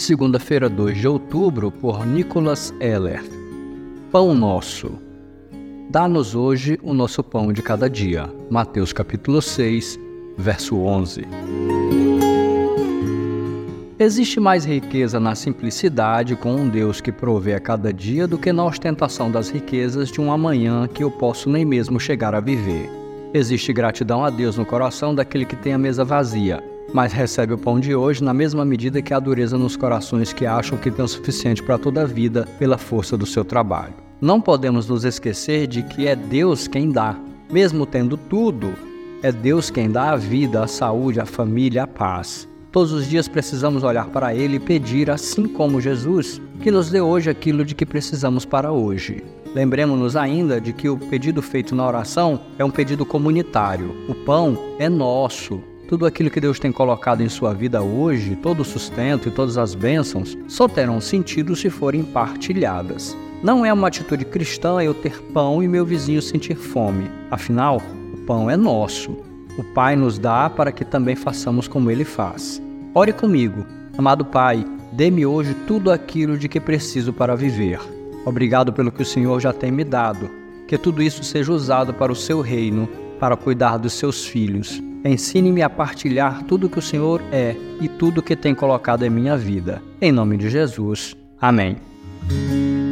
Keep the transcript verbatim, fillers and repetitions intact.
Segunda-feira, dois de outubro, por Nicholas Eller. Pão nosso. Dá-nos hoje o nosso pão de cada dia. Mateus capítulo seis, verso onze. Existe mais riqueza na simplicidade com um Deus que provê a cada dia do que na ostentação das riquezas de um amanhã que eu posso nem mesmo chegar a viver. Existe gratidão a Deus no coração daquele que tem a mesa vazia, mas recebe o pão de hoje na mesma medida que há dureza nos corações que acham que tem o suficiente para toda a vida pela força do seu trabalho. Não podemos nos esquecer de que é Deus quem dá. Mesmo tendo tudo, é Deus quem dá a vida, a saúde, a família, a paz. Todos os dias precisamos olhar para Ele e pedir, assim como Jesus, que nos dê hoje aquilo de que precisamos para hoje. Lembremos-nos ainda de que o pedido feito na oração é um pedido comunitário. O pão é nosso. Tudo aquilo que Deus tem colocado em sua vida hoje, todo o sustento e todas as bênçãos, só terão sentido se forem partilhadas. Não é uma atitude cristã eu ter pão e meu vizinho sentir fome. Afinal, o pão é nosso. O Pai nos dá para que também façamos como Ele faz. Ore comigo. Amado Pai, dê-me hoje tudo aquilo de que preciso para viver. Obrigado pelo que o Senhor já tem me dado. Que tudo isso seja usado para o Seu reino, para cuidar dos Seus filhos. Ensine-me a partilhar tudo que o Senhor é e tudo que tem colocado em minha vida. Em nome de Jesus. Amém.